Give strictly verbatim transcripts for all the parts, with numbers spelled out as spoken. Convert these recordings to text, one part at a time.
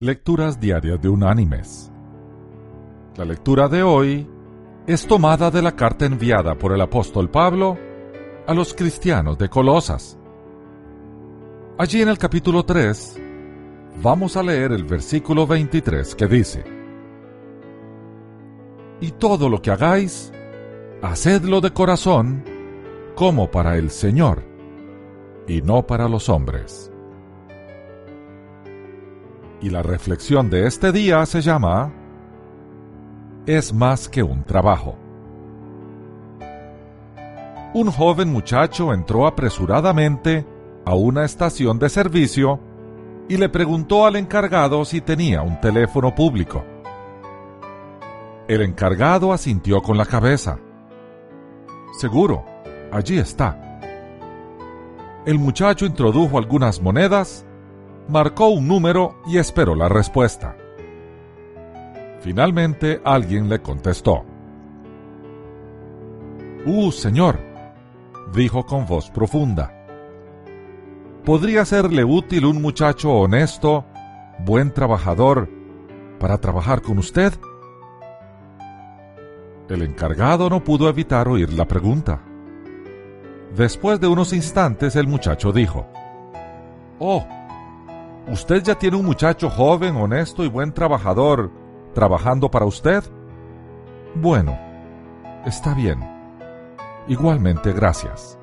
Lecturas diarias de Unánimes. La lectura de hoy es tomada de la carta enviada por el apóstol Pablo a los cristianos de Colosas. Allí en el capítulo tres vamos a leer el versículo veintitrés que dice: Y todo lo que hagáis, hacedlo de corazón, como para el Señor, y no para los hombres. Y la reflexión de este día se llama Es más que un trabajo. Un joven muchacho entró apresuradamente a una estación de servicio y le preguntó al encargado si tenía un teléfono público. El encargado asintió con la cabeza. Seguro, allí está. El muchacho introdujo algunas monedas, marcó un número y esperó la respuesta. Finalmente alguien le contestó. «Uh, señor», dijo con voz profunda, «¿podría serle útil un muchacho honesto, buen trabajador, para trabajar con usted?» El encargado no pudo evitar oír la pregunta. Después de unos instantes el muchacho dijo: «Oh, ¿usted ya tiene un muchacho joven, honesto y buen trabajador trabajando para usted? Bueno, está bien. Igualmente, gracias».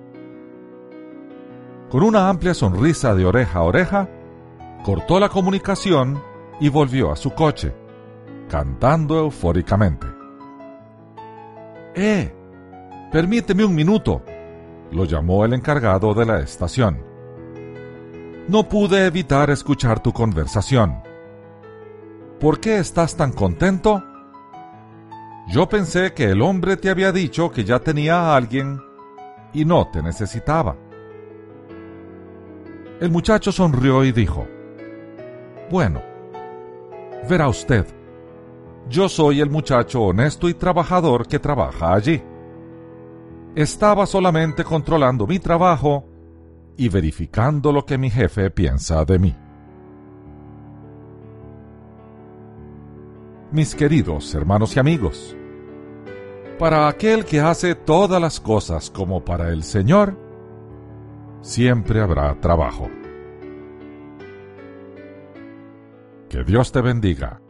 Con una amplia sonrisa de oreja a oreja, cortó la comunicación y volvió a su coche, cantando eufóricamente. «¡Eh! Permíteme un minuto», lo llamó el encargado de la estación. «No pude evitar escuchar tu conversación. ¿Por qué estás tan contento? Yo pensé que el hombre te había dicho que ya tenía a alguien y no te necesitaba». El muchacho sonrió y dijo: «Bueno, verá usted, yo soy el muchacho honesto y trabajador que trabaja allí. Estaba solamente controlando mi trabajo y verificando lo que mi jefe piensa de mí». Mis queridos hermanos y amigos, para aquel que hace todas las cosas como para el Señor, siempre habrá trabajo. Que Dios te bendiga.